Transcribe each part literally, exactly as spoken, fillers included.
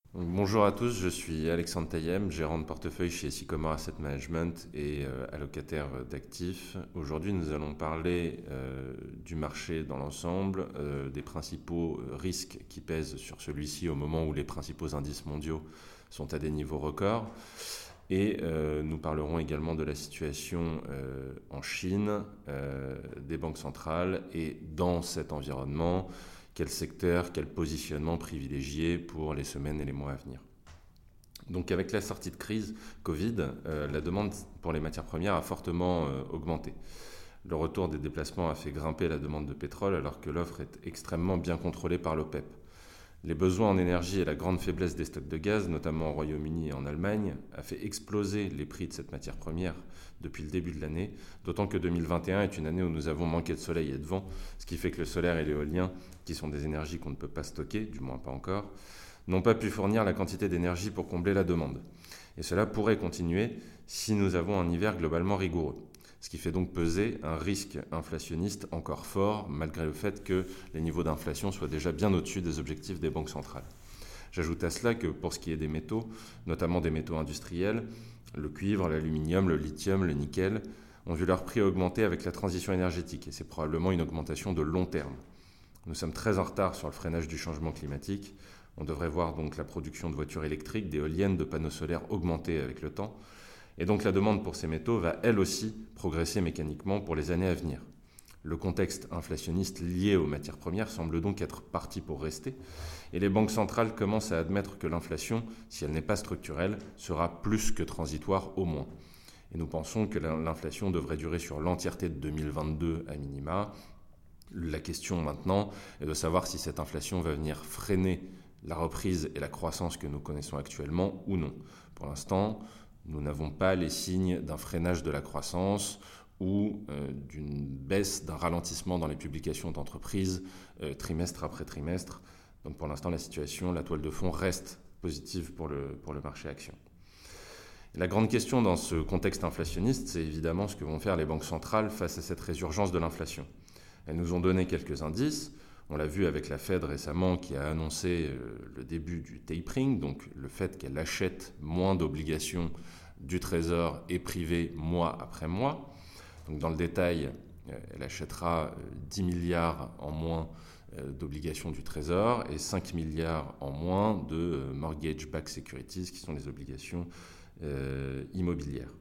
Bonjour à tous, je suis Alexandre Taillem, gérant de portefeuille chez Sycomore Asset Management et euh, allocataire d'actifs. Aujourd'hui, nous allons parler euh, du marché dans l'ensemble, euh, des principaux risques qui pèsent sur celui-ci au moment où les principaux indices mondiaux sont à des niveaux records. Et euh, nous parlerons également de la situation euh, en Chine, euh, des banques centrales et dans cet environnement, quel secteur, quel positionnement privilégié pour les semaines et les mois à venir. Donc avec la sortie de crise Covid, euh, la demande pour les matières premières a fortement euh, augmenté. Le retour des déplacements a fait grimper la demande de pétrole alors que l'offre est extrêmement bien contrôlée par l'OPEP. Les besoins en énergie et la grande faiblesse des stocks de gaz, notamment au Royaume-Uni et en Allemagne, a fait exploser les prix de cette matière première depuis le début de l'année, d'autant que deux mille vingt et un est une année où nous avons manqué de soleil et de vent, ce qui fait que le solaire et l'éolien, qui sont des énergies qu'on ne peut pas stocker, du moins pas encore, n'ont pas pu fournir la quantité d'énergie pour combler la demande. Et cela pourrait continuer si nous avons un hiver globalement rigoureux. Ce qui fait donc peser un risque inflationniste encore fort, malgré le fait que les niveaux d'inflation soient déjà bien au-dessus des objectifs des banques centrales. J'ajoute à cela que pour ce qui est des métaux, notamment des métaux industriels, le cuivre, l'aluminium, le lithium, le nickel, ont vu leur prix augmenter avec la transition énergétique, et c'est probablement une augmentation de long terme. Nous sommes très en retard sur le freinage du changement climatique. On devrait voir donc la production de voitures électriques, d'éoliennes, de panneaux solaires augmenter avec le temps. Et donc la demande pour ces métaux va elle aussi progresser mécaniquement pour les années à venir. Le contexte inflationniste lié aux matières premières semble donc être parti pour rester, et les banques centrales commencent à admettre que l'inflation, si elle n'est pas structurelle, sera plus que transitoire au moins. Et nous pensons que l'inflation devrait durer sur l'entièreté de deux mille vingt-deux à minima. La question maintenant est de savoir si cette inflation va venir freiner la reprise et la croissance que nous connaissons actuellement ou non. Pour l'instant, nous n'avons pas les signes d'un freinage de la croissance ou euh, d'une baisse, d'un ralentissement dans les publications d'entreprises euh, trimestre après trimestre. Donc pour l'instant, la situation, la toile de fond reste positive pour le, pour le marché action. La grande question dans ce contexte inflationniste, c'est évidemment ce que vont faire les banques centrales face à cette résurgence de l'inflation. Elles nous ont donné quelques indices. On l'a vu avec la Fed récemment qui a annoncé le début du tapering, donc le fait qu'elle achète moins d'obligations du Trésor et privé mois après mois. Donc dans le détail, elle achètera dix milliards en moins d'obligations du Trésor et cinq milliards en moins de mortgage-backed securities, qui sont les obligations euh, immobilières.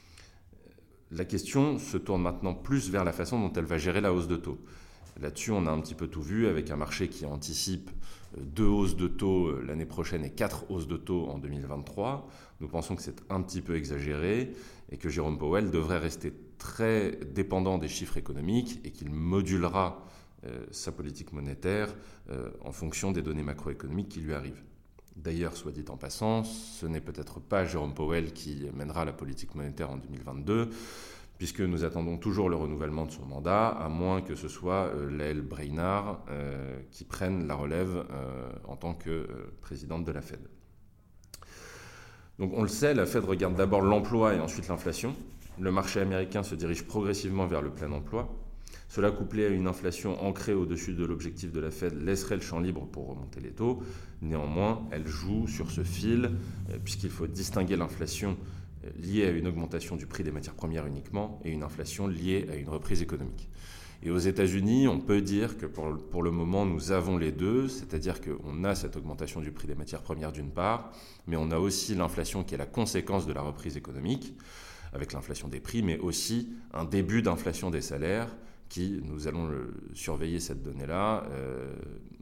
La question se tourne maintenant plus vers la façon dont elle va gérer la hausse de taux. Là-dessus, on a un petit peu tout vu avec un marché qui anticipe deux hausses de taux l'année prochaine et quatre hausses de taux en deux mille vingt-trois. Nous pensons que c'est un petit peu exagéré et que Jérôme Powell devrait rester très dépendant des chiffres économiques et qu'il modulera euh, sa politique monétaire euh, en fonction des données macroéconomiques qui lui arrivent. D'ailleurs, soit dit en passant, ce n'est peut-être pas Jérôme Powell qui mènera la politique monétaire en deux mille vingt-deux, puisque nous attendons toujours le renouvellement de son mandat, à moins que ce soit euh, Lael Brainard euh, qui prenne la relève euh, en tant que euh, présidente de la Fed. Donc on le sait, la Fed regarde d'abord l'emploi et ensuite l'inflation. Le marché américain se dirige progressivement vers le plein emploi. Cela, couplé à une inflation ancrée au-dessus de l'objectif de la Fed, laisserait le champ libre pour remonter les taux. Néanmoins, elle joue sur ce fil, puisqu'il faut distinguer l'inflation liée à une augmentation du prix des matières premières uniquement et une inflation liée à une reprise économique. Et aux États-Unis, on peut dire que pour, pour le moment, nous avons les deux, c'est-à-dire qu'on a cette augmentation du prix des matières premières d'une part, mais on a aussi l'inflation qui est la conséquence de la reprise économique, avec l'inflation des prix, mais aussi un début d'inflation des salaires qui, nous allons le, surveiller cette donnée-là, euh,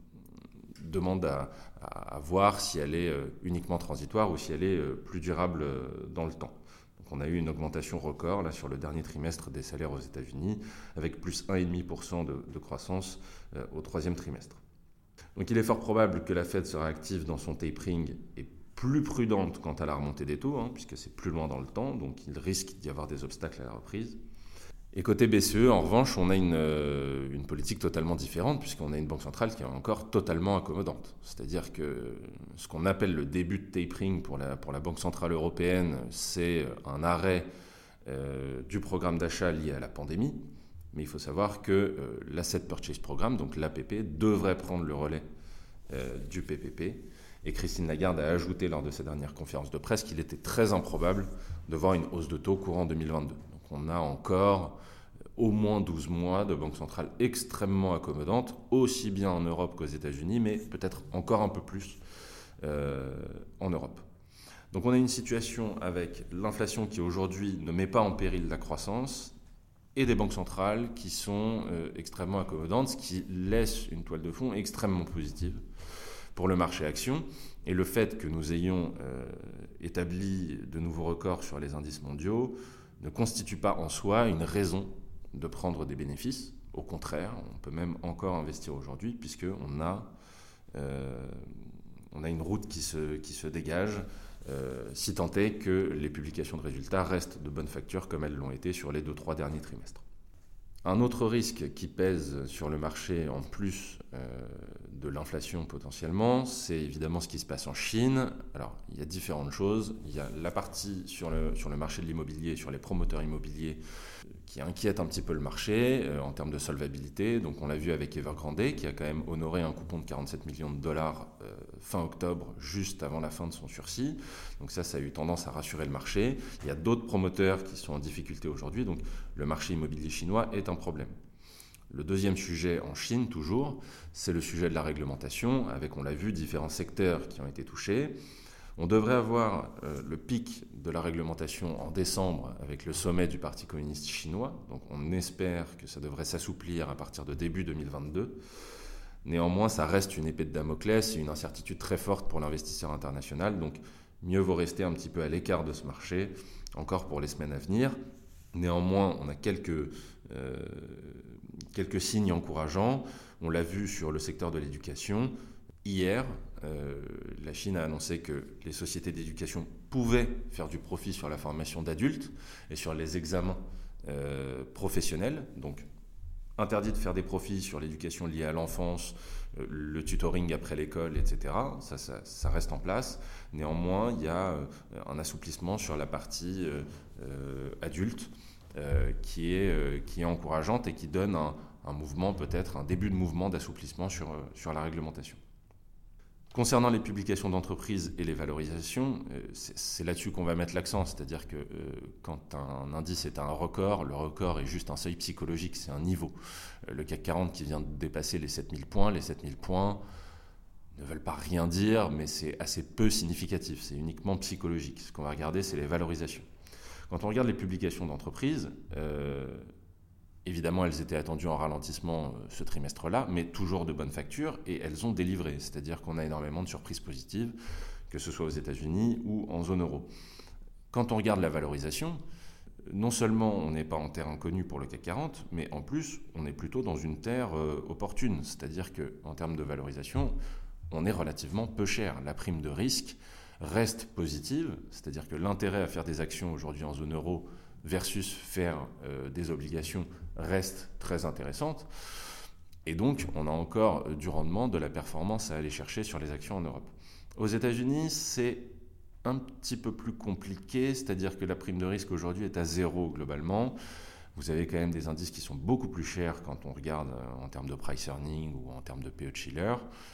demande à, à, à voir si elle est euh, uniquement transitoire ou si elle est euh, plus durable euh, dans le temps. Donc on a eu une augmentation record là, sur le dernier trimestre des salaires aux États-Unis, avec plus un virgule cinq pour cent de, de croissance euh, au troisième trimestre. Donc il est fort probable que la Fed sera active dans son tapering et plus prudente quant à la remontée des taux, hein, puisque c'est plus loin dans le temps, donc il risque d'y avoir des obstacles à la reprise. Et côté B C E, en revanche, on a une, euh, une politique totalement différente, puisqu'on a une banque centrale qui est encore totalement accommodante. C'est-à-dire que ce qu'on appelle le début de tapering pour la, pour la Banque centrale européenne, c'est un arrêt euh, du programme d'achat lié à la pandémie. Mais il faut savoir que euh, l'Asset Purchase Programme, donc l'A P P, devrait prendre le relais euh, du P P P. Et Christine Lagarde a ajouté lors de sa dernière conférence de presse qu'il était très improbable de voir une hausse de taux courant deux mille vingt-deux. Donc on a encore au moins douze mois de banque centrale extrêmement accommodante, aussi bien en Europe qu'aux États-Unis, mais peut-être encore un peu plus euh, en Europe. Donc on a une situation avec l'inflation qui aujourd'hui ne met pas en péril la croissance et des banques centrales qui sont euh, extrêmement accommodantes, ce qui laisse une toile de fond extrêmement positive pour le marché action. Et le fait que nous ayons euh, établi de nouveaux records sur les indices mondiaux ne constitue pas en soi une raison de prendre des bénéfices. Au contraire, on peut même encore investir aujourd'hui puisqu'on a, euh, on a une route qui se, qui se dégage, euh, si tant est que les publications de résultats restent de bonne facture comme elles l'ont été sur les deux trois derniers trimestres. Un autre risque qui pèse sur le marché en plus euh, de l'inflation potentiellement, c'est évidemment ce qui se passe en Chine. Alors, il y a différentes choses. Il y a la partie sur le, sur le marché de l'immobilier, sur les promoteurs immobiliers, qui inquiète un petit peu le marché euh, en termes de solvabilité. Donc on l'a vu avec Evergrande, qui a quand même honoré un coupon de quarante-sept millions de dollars euh, fin octobre, juste avant la fin de son sursis. Donc ça, ça a eu tendance à rassurer le marché. Il y a d'autres promoteurs qui sont en difficulté aujourd'hui, donc le marché immobilier chinois est un problème. Le deuxième sujet en Chine, toujours, c'est le sujet de la réglementation, avec, on l'a vu, différents secteurs qui ont été touchés. On devrait avoir euh, le pic de la réglementation en décembre avec le sommet du Parti communiste chinois. Donc on espère que ça devrait s'assouplir à partir de début deux mille vingt-deux. Néanmoins, ça reste une épée de Damoclès et une incertitude très forte pour l'investisseur international. Donc mieux vaut rester un petit peu à l'écart de ce marché, encore pour les semaines à venir. Néanmoins, on a quelques, euh, quelques signes encourageants. On l'a vu sur le secteur de l'éducation. Hier, euh, la Chine a annoncé que les sociétés d'éducation pouvaient faire du profit sur la formation d'adultes et sur les examens euh, professionnels. Donc, interdit de faire des profits sur l'éducation liée à l'enfance, euh, le tutoring après l'école, et cetera. Ça, ça, ça reste en place. Néanmoins, il y a euh, un assouplissement sur la partie euh, euh, adulte euh, qui, est, euh, qui est encourageante et qui donne un, un mouvement, peut-être un début de mouvement d'assouplissement sur, euh, sur la réglementation. Concernant les publications d'entreprises et les valorisations, c'est là-dessus qu'on va mettre l'accent. C'est-à-dire que quand un indice est à un record, le record est juste un seuil psychologique, c'est un niveau. Le C A C quarante qui vient de dépasser les sept mille points, les sept mille points ne veulent pas rien dire, mais c'est assez peu significatif, c'est uniquement psychologique. Ce qu'on va regarder, c'est les valorisations. Quand on regarde les publications d'entreprises, euh, évidemment, elles étaient attendues en ralentissement ce trimestre-là, mais toujours de bonne facture, et elles ont délivré. C'est-à-dire qu'on a énormément de surprises positives, que ce soit aux États-Unis ou en zone euro. Quand on regarde la valorisation, non seulement on n'est pas en terre inconnue pour le C A C quarante, mais en plus, on est plutôt dans une terre euh, opportune. C'est-à-dire qu'en termes de valorisation, on est relativement peu cher. La prime de risque reste positive, c'est-à-dire que l'intérêt à faire des actions aujourd'hui en zone euro versus faire euh, des obligations reste très intéressante. Et donc, on a encore du rendement, de la performance à aller chercher sur les actions en Europe. Aux États-Unis, c'est un petit peu plus compliqué, c'est-à-dire que la prime de risque aujourd'hui est à zéro globalement. Vous avez quand même des indices qui sont beaucoup plus chers quand on regarde en termes de price earning ou en termes de P E Chiller.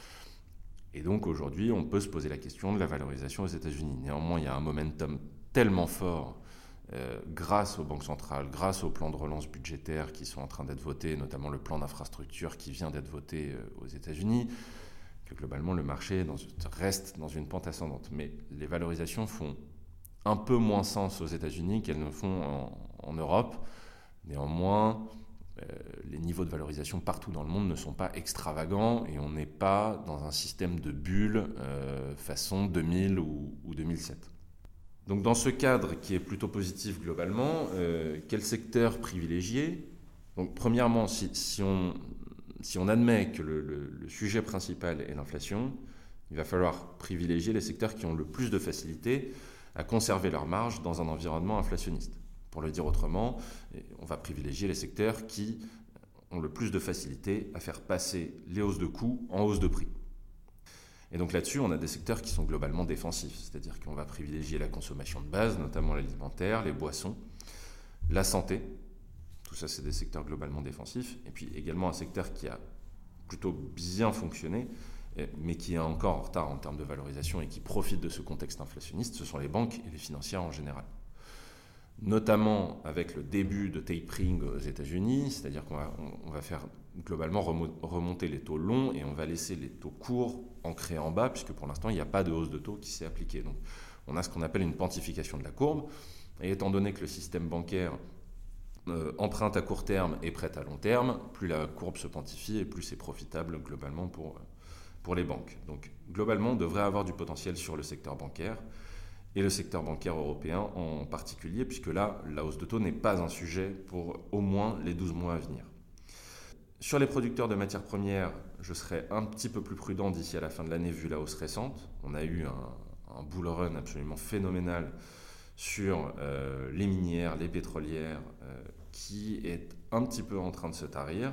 Et donc aujourd'hui, on peut se poser la question de la valorisation aux États-Unis. Néanmoins, il y a un momentum tellement fort Euh, grâce aux banques centrales, grâce aux plans de relance budgétaires qui sont en train d'être votés, notamment le plan d'infrastructure qui vient d'être voté euh, aux États-Unis, que globalement le marché dans, reste dans une pente ascendante. Mais les valorisations font un peu moins sens aux États-Unis qu'elles ne font en, en Europe. Néanmoins, euh, les niveaux de valorisation partout dans le monde ne sont pas extravagants et on n'est pas dans un système de bulles euh, façon deux mille ou, ou deux mille sept. Donc dans ce cadre qui est plutôt positif globalement, euh, quel secteur privilégier ? Donc premièrement, si, si, on, si on admet que le, le, le sujet principal est l'inflation, il va falloir privilégier les secteurs qui ont le plus de facilité à conserver leur marge dans un environnement inflationniste. Pour le dire autrement, on va privilégier les secteurs qui ont le plus de facilité à faire passer les hausses de coûts en hausses de prix. Et donc là-dessus, on a des secteurs qui sont globalement défensifs, c'est-à-dire qu'on va privilégier la consommation de base, notamment l'alimentaire, les boissons, la santé. Tout ça, c'est des secteurs globalement défensifs. Et puis également un secteur qui a plutôt bien fonctionné mais qui est encore en retard en termes de valorisation et qui profite de ce contexte inflationniste, ce sont les banques et les financières en général. Notamment avec le début de tapering aux États-Unis, c'est-à-dire qu'on va, on va faire globalement remonter les taux longs et on va laisser les taux courts ancrés en bas, puisque pour l'instant, il n'y a pas de hausse de taux qui s'est appliquée. Donc, on a ce qu'on appelle une pontification de la courbe. Et étant donné que le système bancaire euh, emprunte à court terme et prête à long terme, plus la courbe se pontifie et plus c'est profitable globalement pour, pour les banques. Donc, globalement, on devrait avoir du potentiel sur le secteur bancaire. Et le secteur bancaire européen en particulier, puisque là, la hausse de taux n'est pas un sujet pour au moins les douze mois à venir. Sur les producteurs de matières premières, je serai un petit peu plus prudent d'ici à la fin de l'année vu la hausse récente. On a eu un, un bull run absolument phénoménal sur euh, les minières, les pétrolières, euh, qui est un petit peu en train de se tarir.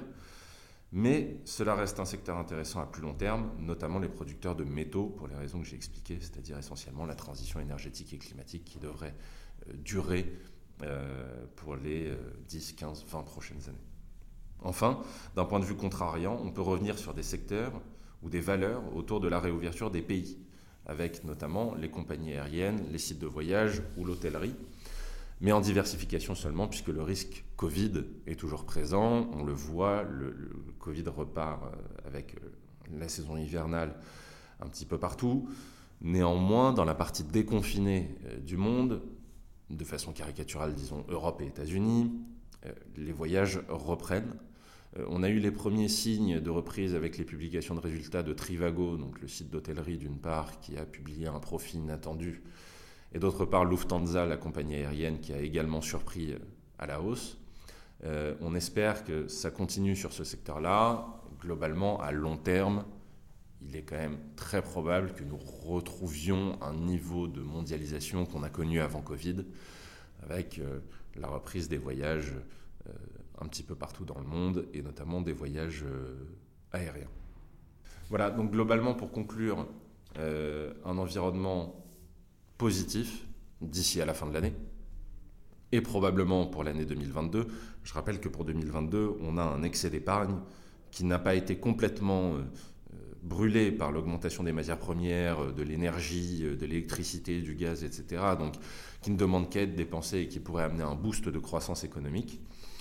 Mais cela reste un secteur intéressant à plus long terme, notamment les producteurs de métaux, pour les raisons que j'ai expliquées, c'est-à-dire essentiellement la transition énergétique et climatique qui devrait euh, durer euh, pour les euh, dix, quinze, vingt prochaines années. Enfin, d'un point de vue contrariant, on peut revenir sur des secteurs ou des valeurs autour de la réouverture des pays, avec notamment les compagnies aériennes, les sites de voyage ou l'hôtellerie, mais en diversification seulement, puisque le risque Covid est toujours présent. On le voit, le, le Covid repart avec la saison hivernale un petit peu partout. Néanmoins, dans la partie déconfinée du monde, de façon caricaturale, disons Europe et États-Unis, les voyages reprennent. On a eu les premiers signes de reprise avec les publications de résultats de Trivago, donc le site d'hôtellerie d'une part, qui a publié un profit inattendu, et d'autre part Lufthansa, la compagnie aérienne, qui a également surpris à la hausse. Euh, on espère que ça continue sur ce secteur-là. Globalement, à long terme, il est quand même très probable que nous retrouvions un niveau de mondialisation qu'on a connu avant Covid, avec euh, la reprise des voyages euh, un petit peu partout dans le monde, et notamment des voyages euh, aériens. Voilà, donc globalement, pour conclure, euh, un environnement positif d'ici à la fin de l'année et probablement pour l'année deux mille vingt-deux. Je rappelle que pour deux mille vingt-deux, on a un excès d'épargne qui n'a pas été complètement euh, brûlé par l'augmentation des matières premières, de l'énergie, de l'électricité, du gaz, et cetera. Donc, qui ne demande qu'à être dépensé et qui pourrait amener un boost de croissance économique.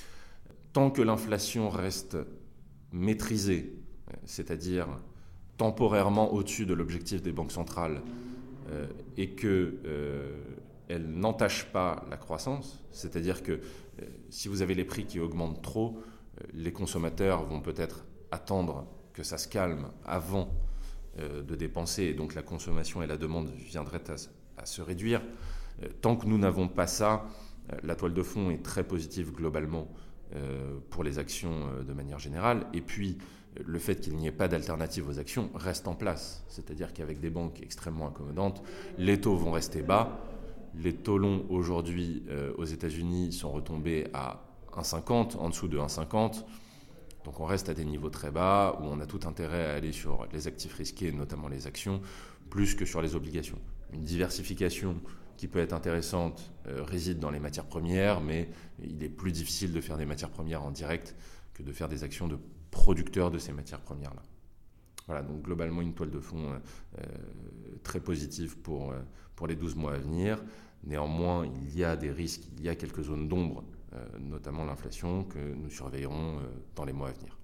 Tant que l'inflation reste maîtrisée, c'est-à-dire temporairement au-dessus de l'objectif des banques centrales, Euh, et qu'elle euh, n'entache pas la croissance, c'est-à-dire que euh, si vous avez les prix qui augmentent trop, euh, les consommateurs vont peut-être attendre que ça se calme avant euh, de dépenser, et donc la consommation et la demande viendraient à, à se réduire. Euh, tant que nous n'avons pas ça, euh, la toile de fond est très positive globalement euh, pour les actions euh, de manière générale, et puis le fait qu'il n'y ait pas d'alternative aux actions reste en place. C'est-à-dire qu'avec des banques extrêmement accommodantes, les taux vont rester bas. Les taux longs aujourd'hui euh, aux États-Unis sont retombés à un virgule cinquante, en dessous de un virgule cinquante. Donc on reste à des niveaux très bas où on a tout intérêt à aller sur les actifs risqués, notamment les actions, plus que sur les obligations. Une diversification qui peut être intéressante euh, réside dans les matières premières, mais il est plus difficile de faire des matières premières en direct que de faire des actions de producteurs de ces matières premières-là. Voilà, donc globalement une toile de fond euh, très positive pour, euh, pour les douze mois à venir. Néanmoins, il y a des risques, il y a quelques zones d'ombre, euh, notamment l'inflation, que nous surveillerons euh, dans les mois à venir.